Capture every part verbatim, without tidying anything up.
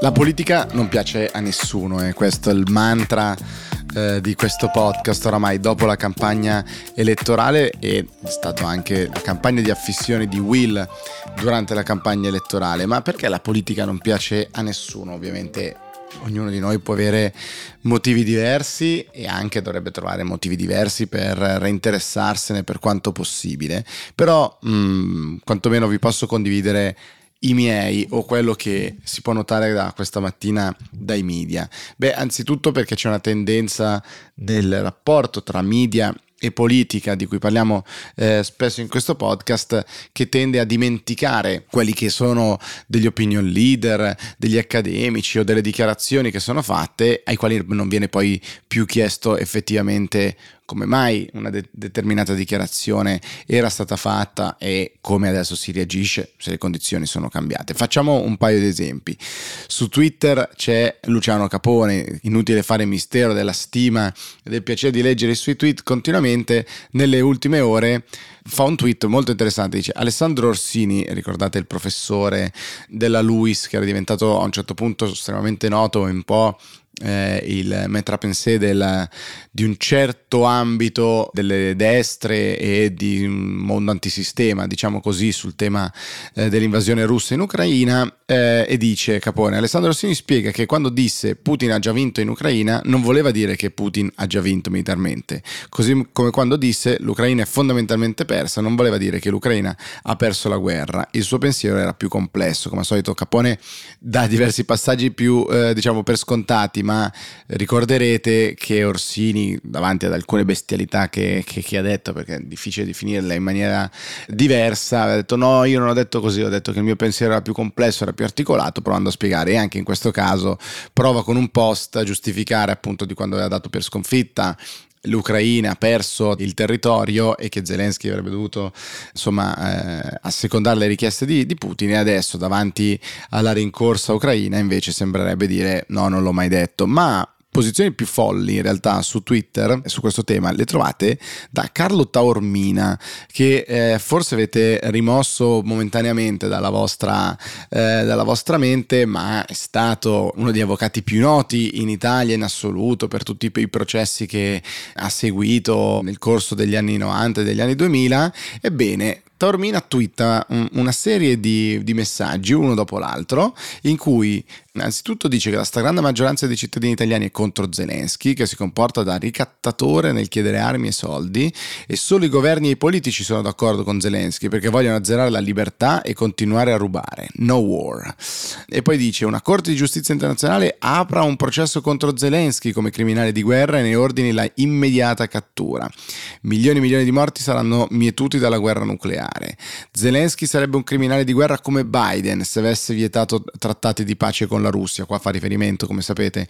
La politica non piace a nessuno e questo è il mantra eh, di questo podcast oramai dopo la campagna elettorale, e è stata anche la campagna di affissione di Will durante la campagna elettorale. Ma perché la politica non piace a nessuno? Ovviamente ognuno di noi può avere motivi diversi e anche dovrebbe trovare motivi diversi per reinteressarsene per quanto possibile, però mh, quantomeno vi posso condividere i miei o quello che si può notare da questa mattina dai media. Beh, anzitutto perché c'è una tendenza nel rapporto tra media e politica, di cui parliamo eh, spesso in questo podcast, che tende a dimenticare quelli che sono degli opinion leader, degli accademici o delle dichiarazioni che sono fatte, ai quali non viene poi più chiesto effettivamente come mai una de- determinata dichiarazione era stata fatta e come adesso si reagisce se le condizioni sono cambiate. Facciamo un paio di esempi. Su Twitter c'è Luciano Capone, inutile fare mistero della stima e del piacere di leggere i suoi tweet continuamente. Nelle ultime ore fa un tweet molto interessante, dice: Alessandro Orsini, ricordate il professore della LUISS che era diventato a un certo punto estremamente noto, un po' Eh, il maître à penser del, di un certo ambito delle destre e di un mondo antisistema, diciamo così, sul tema eh, dell'invasione russa in Ucraina, eh, e dice Capone: Alessandro Rossini spiega che quando disse Putin ha già vinto in Ucraina non voleva dire che Putin ha già vinto militarmente, così come quando disse l'Ucraina è fondamentalmente persa non voleva dire che l'Ucraina ha perso la guerra. Il suo pensiero era più complesso. Come al solito Capone dà diversi passaggi più eh, diciamo per scontati, ma ricorderete che Orsini, davanti ad alcune bestialità che, che, che ha detto, perché è difficile definirle in maniera diversa, ha detto no, io non ho detto così, ho detto che il mio pensiero era più complesso, era più articolato, provando a spiegare. E anche in questo caso prova con un post a giustificare appunto di quando aveva dato per sconfitta l'Ucraina, ha perso il territorio e che Zelensky avrebbe dovuto insomma eh, assecondare le richieste di, di Putin, e adesso davanti alla rincorsa ucraina invece sembrerebbe dire no, non l'ho mai detto. Ma posizioni più folli in realtà su Twitter su questo tema le trovate da Carlo Taormina, che eh, forse avete rimosso momentaneamente dalla vostra, eh, dalla vostra mente, ma è stato uno degli avvocati più noti in Italia in assoluto per tutti i processi che ha seguito nel corso degli anni novanta e degli anni duemila. Ebbene, Taormina twitta una serie di, di messaggi uno dopo l'altro, in cui innanzitutto dice che la stragrande maggioranza dei cittadini italiani è contro Zelensky, che si comporta da ricattatore nel chiedere armi e soldi, e solo i governi e i politici sono d'accordo con Zelensky perché vogliono azzerare la libertà e continuare a rubare. No war. E poi dice: una corte di giustizia internazionale apra un processo contro Zelensky come criminale di guerra e ne ordini la immediata cattura. Milioni e milioni di morti saranno mietuti dalla guerra nucleare. Zelensky sarebbe un criminale di guerra come Biden se avesse vietato trattati di pace con la Russia. Qua fa riferimento, come sapete,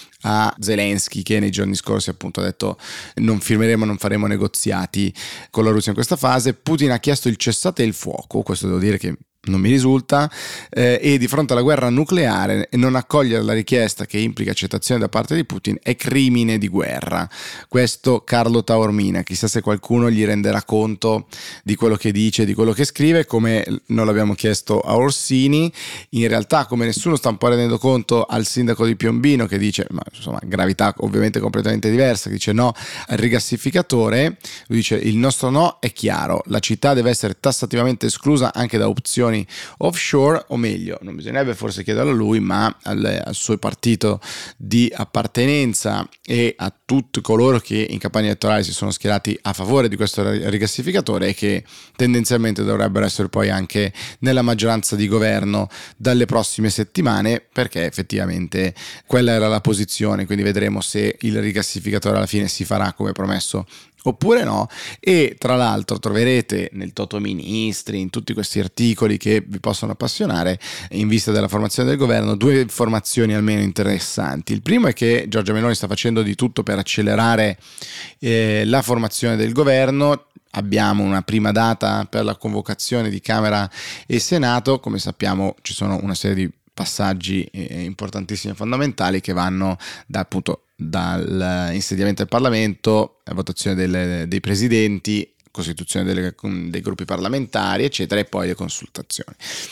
a Zelensky, che nei giorni scorsi appunto ha detto non firmeremo, non faremo negoziati con la Russia in questa fase. Putin ha chiesto il cessate il fuoco, questo devo dire che non mi risulta, eh, e di fronte alla guerra nucleare non accogliere la richiesta che implica accettazione da parte di Putin è crimine di guerra. Questo Carlo Taormina, chissà se qualcuno gli renderà conto di quello che dice, di quello che scrive, come non l'abbiamo chiesto a Orsini. In realtà, come nessuno sta un po' rendendo conto al sindaco di Piombino, che dice, ma insomma gravità ovviamente completamente diversa, che dice no al rigassificatore, lui dice il nostro no è chiaro, la città deve essere tassativamente esclusa anche da opzioni offshore, o meglio, non bisognerebbe forse chiederlo a lui, ma al, al suo partito di appartenenza e a tutti coloro che in campagna elettorale si sono schierati a favore di questo rigassificatore, e che tendenzialmente dovrebbero essere poi anche nella maggioranza di governo dalle prossime settimane, perché effettivamente quella era la posizione. Quindi vedremo se il rigassificatore alla fine si farà come promesso oppure no. E tra l'altro troverete nel Toto Ministri, in tutti questi articoli che vi possono appassionare in vista della formazione del governo, due informazioni almeno interessanti. Il primo è che Giorgia Meloni sta facendo di tutto per accelerare eh, la formazione del governo. Abbiamo una prima data per la convocazione di Camera e Senato. Come sappiamo ci sono una serie di passaggi eh, importantissimi e fondamentali che vanno da appunto dall'insediamento del Parlamento, la votazione delle, dei presidenti, costituzione delle, dei gruppi parlamentari, eccetera, e poi le consultazioni.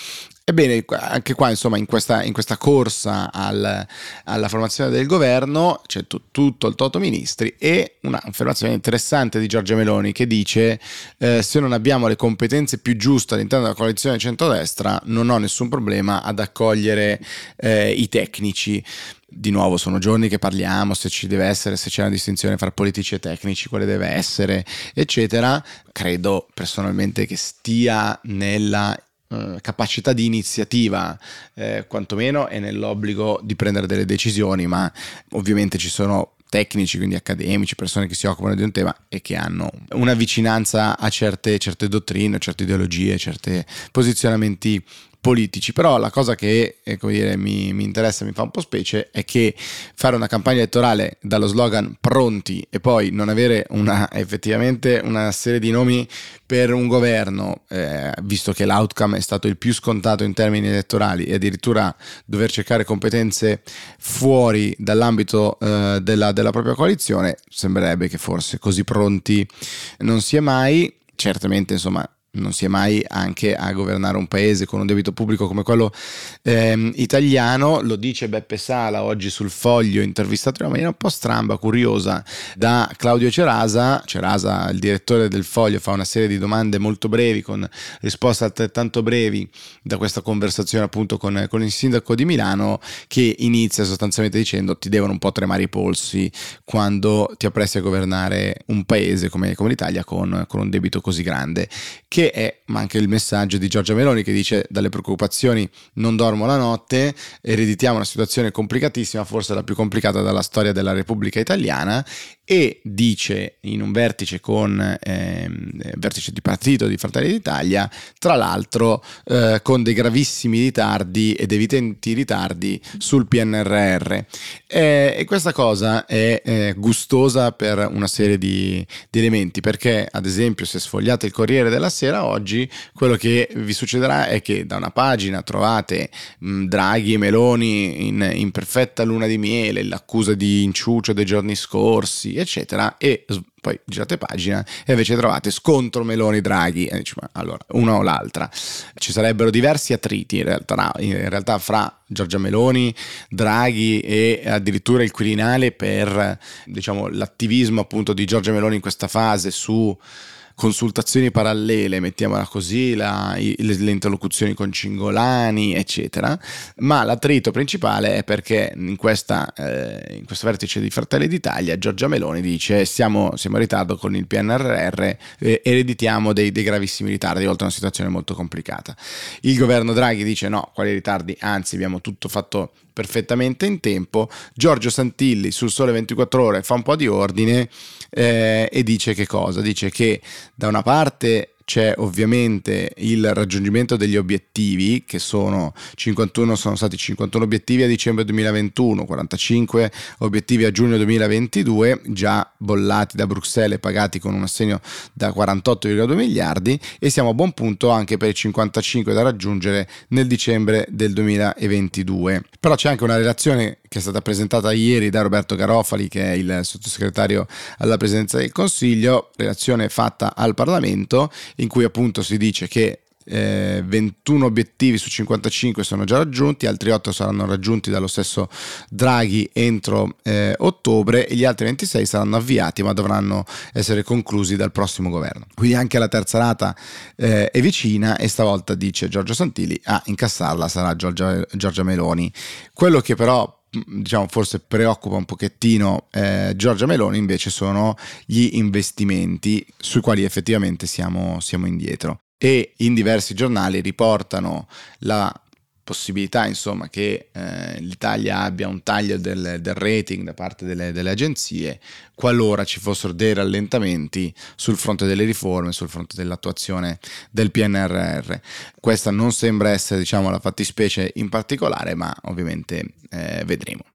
Ebbene, anche qua, insomma, in questa, in questa corsa al, alla formazione del governo c'è t- tutto il toto ministri e una affermazione interessante di Giorgia Meloni che dice eh, se non abbiamo le competenze più giuste all'interno della coalizione centrodestra non ho nessun problema ad accogliere eh, i tecnici. Di nuovo sono giorni che parliamo se ci deve essere, se c'è una distinzione fra politici e tecnici, quale deve essere, eccetera. Credo personalmente che stia nella capacità di iniziativa eh, quantomeno e nell'obbligo di prendere delle decisioni, ma ovviamente ci sono tecnici, quindi accademici, persone che si occupano di un tema e che hanno una vicinanza a certe, certe dottrine, certe ideologie, certi posizionamenti politici. Però la cosa che eh, come dire, mi, mi interessa, mi fa un po' specie, è che fare una campagna elettorale dallo slogan pronti e poi non avere una, effettivamente una serie di nomi per un governo, eh, visto che l'outcome è stato il più scontato in termini elettorali, e addirittura dover cercare competenze fuori dall'ambito eh, della, della propria coalizione, sembrerebbe che forse così pronti non si è mai. Certamente, insomma, non si è mai anche a governare un paese con un debito pubblico come quello ehm, italiano. Lo dice Beppe Sala oggi sul Foglio, intervistato in una maniera un po' stramba, curiosa, da Claudio Cerasa. Cerasa, il direttore del Foglio, fa una serie di domande molto brevi con risposte altrettanto brevi da questa conversazione appunto con, con il sindaco di Milano, che inizia sostanzialmente dicendo: ti devono un po' tremare i polsi quando ti appresti a governare un paese come, come l'Italia con, con un debito così grande, che è ma anche il messaggio di Giorgia Meloni, che dice: dalle preoccupazioni non dormo la notte, ereditiamo una situazione complicatissima, forse la più complicata dalla storia della Repubblica Italiana, e dice in un vertice con eh, vertice di partito di Fratelli d'Italia, tra l'altro eh, con dei gravissimi ritardi ed evidenti ritardi sul P N R R, eh, e questa cosa è eh, gustosa per una serie di, di elementi, perché ad esempio se sfogliate il Corriere della Sera oggi, quello che vi succederà è che da una pagina trovate mh, Draghi e Meloni in, in perfetta luna di miele, l'accusa di inciucio dei giorni scorsi, eccetera, e poi girate pagina e invece trovate scontro Meloni-Draghi, e dici, ma allora una o l'altra. Ci sarebbero diversi attriti in realtà, in realtà fra Giorgia Meloni, Draghi e addirittura il Quirinale per, diciamo, l'attivismo appunto di Giorgia Meloni in questa fase su consultazioni parallele, mettiamola così, la, i, le, le interlocuzioni con Cingolani, eccetera. Ma l'attrito principale è perché in, questa, eh, in questo vertice di Fratelli d'Italia Giorgia Meloni dice: siamo, siamo in ritardo con il P N R R, eh, ereditiamo dei, dei gravissimi ritardi, oltre a una situazione molto complicata. Il governo Draghi dice: no, quali ritardi, anzi abbiamo tutto fatto perfettamente in tempo. Giorgio Santilli sul Sole ventiquattro Ore fa un po' di ordine eh, e dice che cosa? Dice che da una parte c'è ovviamente il raggiungimento degli obiettivi, che sono cinquantuno, sono stati cinquantuno obiettivi a dicembre duemilaventuno, quarantacinque obiettivi a giugno duemilaventidue, già bollati da Bruxelles e pagati con un assegno da quarantotto virgola due miliardi, e siamo a buon punto anche per i cinquantacinque da raggiungere nel dicembre del duemilaventidue. Però c'è anche una relazione che è stata presentata ieri da Roberto Garofali, che è il sottosegretario alla Presidenza del Consiglio, relazione fatta al Parlamento, in cui appunto si dice che eh, ventuno obiettivi su cinquantacinque sono già raggiunti, altri otto saranno raggiunti dallo stesso Draghi entro eh, ottobre, e gli altri ventisei saranno avviati ma dovranno essere conclusi dal prossimo governo. Quindi anche la terza rata eh, è vicina, e stavolta, dice Giorgio Santilli, a incassarla sarà Giorgia, Giorgia Meloni. Quello che però, diciamo, forse preoccupa un pochettino eh, Giorgia Meloni invece sono gli investimenti, sui quali effettivamente siamo, siamo indietro, e in diversi giornali riportano la possibilità, insomma, che eh, l'Italia abbia un taglio del, del rating da parte delle, delle agenzie qualora ci fossero dei rallentamenti sul fronte delle riforme, sul fronte dell'attuazione del P N R R. Questa non sembra essere, diciamo, la fattispecie in particolare, ma ovviamente eh, vedremo.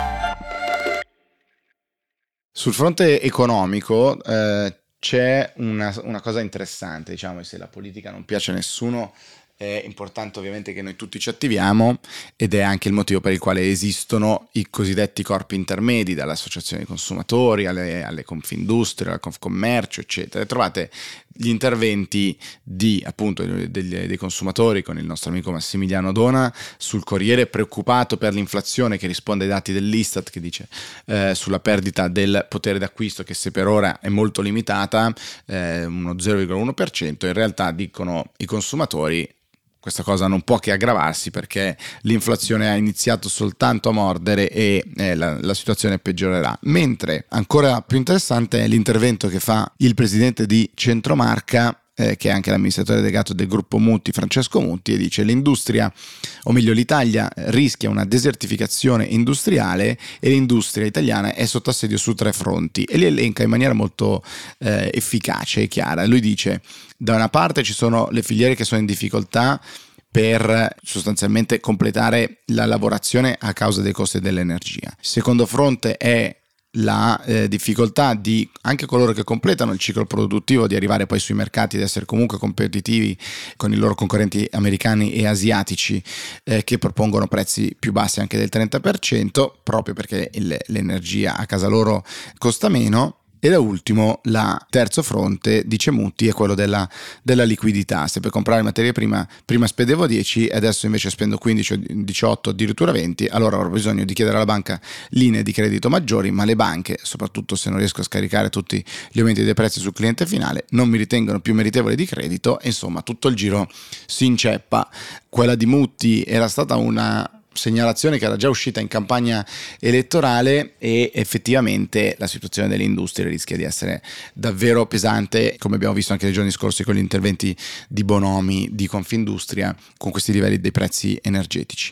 Sul fronte economico eh, c'è una, una cosa interessante, diciamo, e se la politica non piace a nessuno, è importante ovviamente che noi tutti ci attiviamo, ed è anche il motivo per il quale esistono i cosiddetti corpi intermedi, dalle associazioni dei consumatori alle, alle Confindustria, alla Confcommercio, eccetera. E trovate gli interventi di appunto degli, dei consumatori con il nostro amico Massimiliano Dona sul Corriere, preoccupato per l'inflazione, che risponde ai dati dell'Istat, che dice eh, sulla perdita del potere d'acquisto, che se per ora è molto limitata, eh, uno zero virgola uno per cento, in realtà dicono i consumatori questa cosa non può che aggravarsi, perché l'inflazione ha iniziato soltanto a mordere e eh, la, la situazione peggiorerà. Mentre ancora più interessante è l'intervento che fa il presidente di Centromarca, eh, che è anche l'amministratore delegato del gruppo Mutti, Francesco Mutti, e dice: l'industria, o meglio l'Italia, rischia una desertificazione industriale e l'industria italiana è sotto assedio su tre fronti, e li elenca in maniera molto eh, efficace e chiara. Lui dice: da una parte ci sono le filiere che sono in difficoltà per sostanzialmente completare la lavorazione a causa dei costi dell'energia. Il secondo fronte è la eh, difficoltà di anche coloro che completano il ciclo produttivo di arrivare poi sui mercati ed essere comunque competitivi con i loro concorrenti americani e asiatici, eh, che propongono prezzi più bassi anche del trenta per cento, proprio perché il, l'energia a casa loro costa meno. E da ultimo, la terzo fronte, dice Mutti, è quello della, della liquidità. Se per comprare materie prima prima spendevo dieci e adesso invece spendo quindici, diciotto, addirittura venti, allora avrò bisogno di chiedere alla banca linee di credito maggiori, ma le banche, soprattutto se non riesco a scaricare tutti gli aumenti dei prezzi sul cliente finale, non mi ritengono più meritevole di credito, e insomma tutto il giro si inceppa. Quella di Mutti era stata una segnalazione che era già uscita in campagna elettorale, e effettivamente la situazione delle industrie rischia di essere davvero pesante, come abbiamo visto anche nei giorni scorsi con gli interventi di Bonomi, di Confindustria, con questi livelli dei prezzi energetici.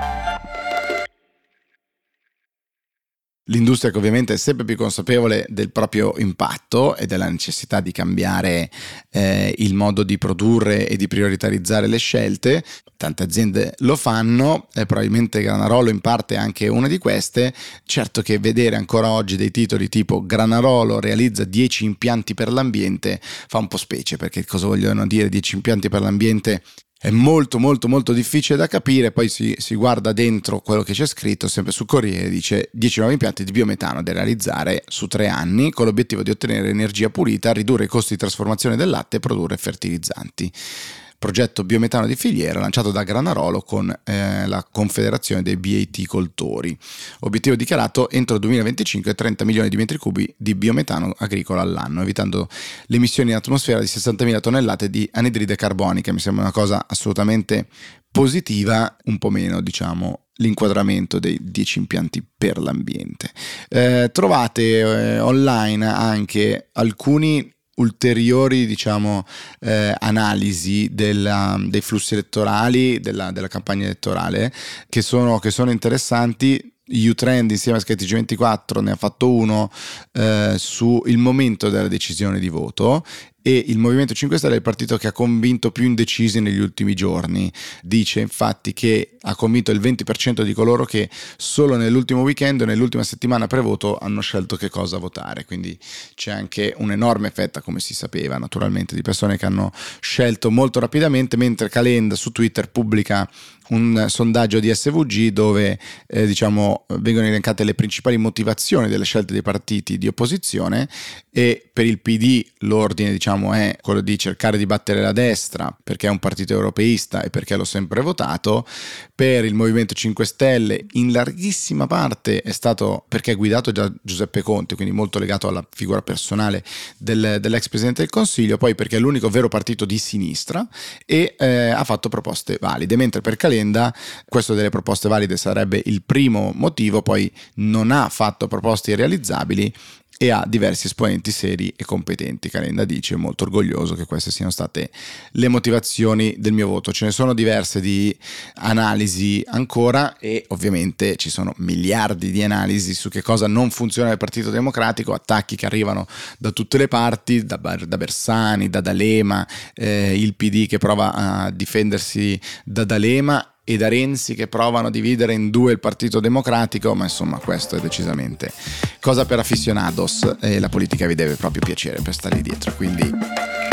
L'industria, che ovviamente è sempre più consapevole del proprio impatto e della necessità di cambiare eh, il modo di produrre e di prioritarizzare le scelte. Tante aziende lo fanno, e probabilmente Granarolo in parte è anche una di queste. Certo che vedere ancora oggi dei titoli tipo Granarolo realizza dieci impianti per l'ambiente fa un po' specie, perché cosa vogliono dire dieci impianti per l'ambiente? È molto molto molto difficile da capire. Poi si, si guarda dentro quello che c'è scritto, sempre su Corriere, dice dieci nuovi impianti di biometano da realizzare su tre anni con l'obiettivo di ottenere energia pulita, ridurre i costi di trasformazione del latte e produrre fertilizzanti. Progetto biometano di filiera lanciato da Granarolo con eh, la Confederazione dei Bieticoltori. Obiettivo dichiarato: entro il duemilaventicinque trenta milioni di metri cubi di biometano agricolo all'anno, evitando le emissioni in atmosfera di sessantamila tonnellate di anidride carbonica. Mi sembra una cosa assolutamente positiva, un po' meno diciamo l'inquadramento dei dieci impianti per l'ambiente. Eh, trovate eh, online anche alcuni ulteriori diciamo eh, analisi della, dei flussi elettorali della, della campagna elettorale che sono, che sono interessanti. Utrend insieme a Sky T G ventiquattro ne ha fatto uno eh, sul momento della decisione di voto, e il Movimento cinque Stelle è il partito che ha convinto più indecisi negli ultimi giorni. Dice infatti che ha convinto il venti per cento di coloro che solo nell'ultimo weekend o nell'ultima settimana pre-voto hanno scelto che cosa votare, quindi c'è anche un'enorme fetta, come si sapeva naturalmente, di persone che hanno scelto molto rapidamente, mentre Calenda su Twitter pubblica un sondaggio di S V G dove eh, diciamo vengono elencate le principali motivazioni delle scelte dei partiti di opposizione, e per il P D l'ordine diciamo è quello di cercare di battere la destra perché è un partito europeista e perché l'ho sempre votato. Per il Movimento cinque Stelle in larghissima parte è stato perché è guidato da Giuseppe Conte, quindi molto legato alla figura personale del, dell'ex Presidente del Consiglio, poi perché è l'unico vero partito di sinistra e eh, ha fatto proposte valide, mentre per Calenda questo delle proposte valide sarebbe il primo motivo, poi non ha fatto proposte irrealizzabili e ha diversi esponenti seri e competenti. Calenda dice molto orgoglioso che queste siano state le motivazioni del mio voto. Ce ne sono diverse di analisi ancora, e ovviamente ci sono miliardi di analisi su che cosa non funziona nel Partito Democratico, attacchi che arrivano da tutte le parti, da, da Bersani, da D'Alema, eh, il P D che prova a difendersi da D'Alema e da Renzi che provano a dividere in due il Partito Democratico, ma insomma questo è decisamente cosa per aficionados e la politica vi deve proprio piacere per stare dietro, quindi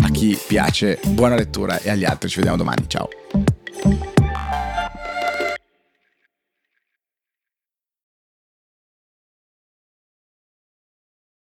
a chi piace buona lettura e agli altri ci vediamo domani, ciao.